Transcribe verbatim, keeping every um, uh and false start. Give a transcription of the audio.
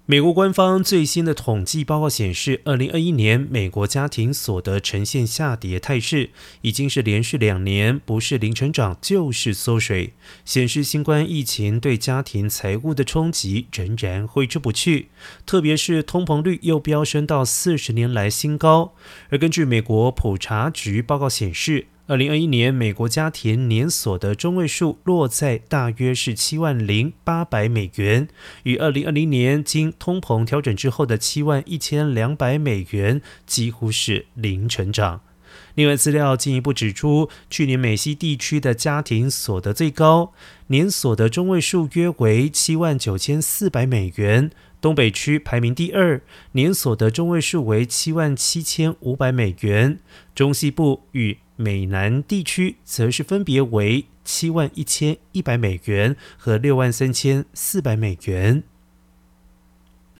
美国官方最新的统计报告显示，二零二一年美国家庭所得呈现下跌态势，已经是连续两年不是零成长就是缩水，显示新冠疫情对家庭财务的冲击仍然挥之不去，特别是通膨率又飙升到四十年来新高。而根据美国普查局报告显示，二零二一年美国家庭年所得中位数落在大约是七万零八百美元，与二零二零年经通膨调整之后的七万一千两百美元几乎是零成长。另外，资料进一步指出，去年美西地区的家庭所得最高，年所得中位数约为七万九千四百美元，东北区排名第二，年所得中位数为七万七千五百美元，中西部与美南地区则是分别为七万一千一百美元和六万三千四百美元。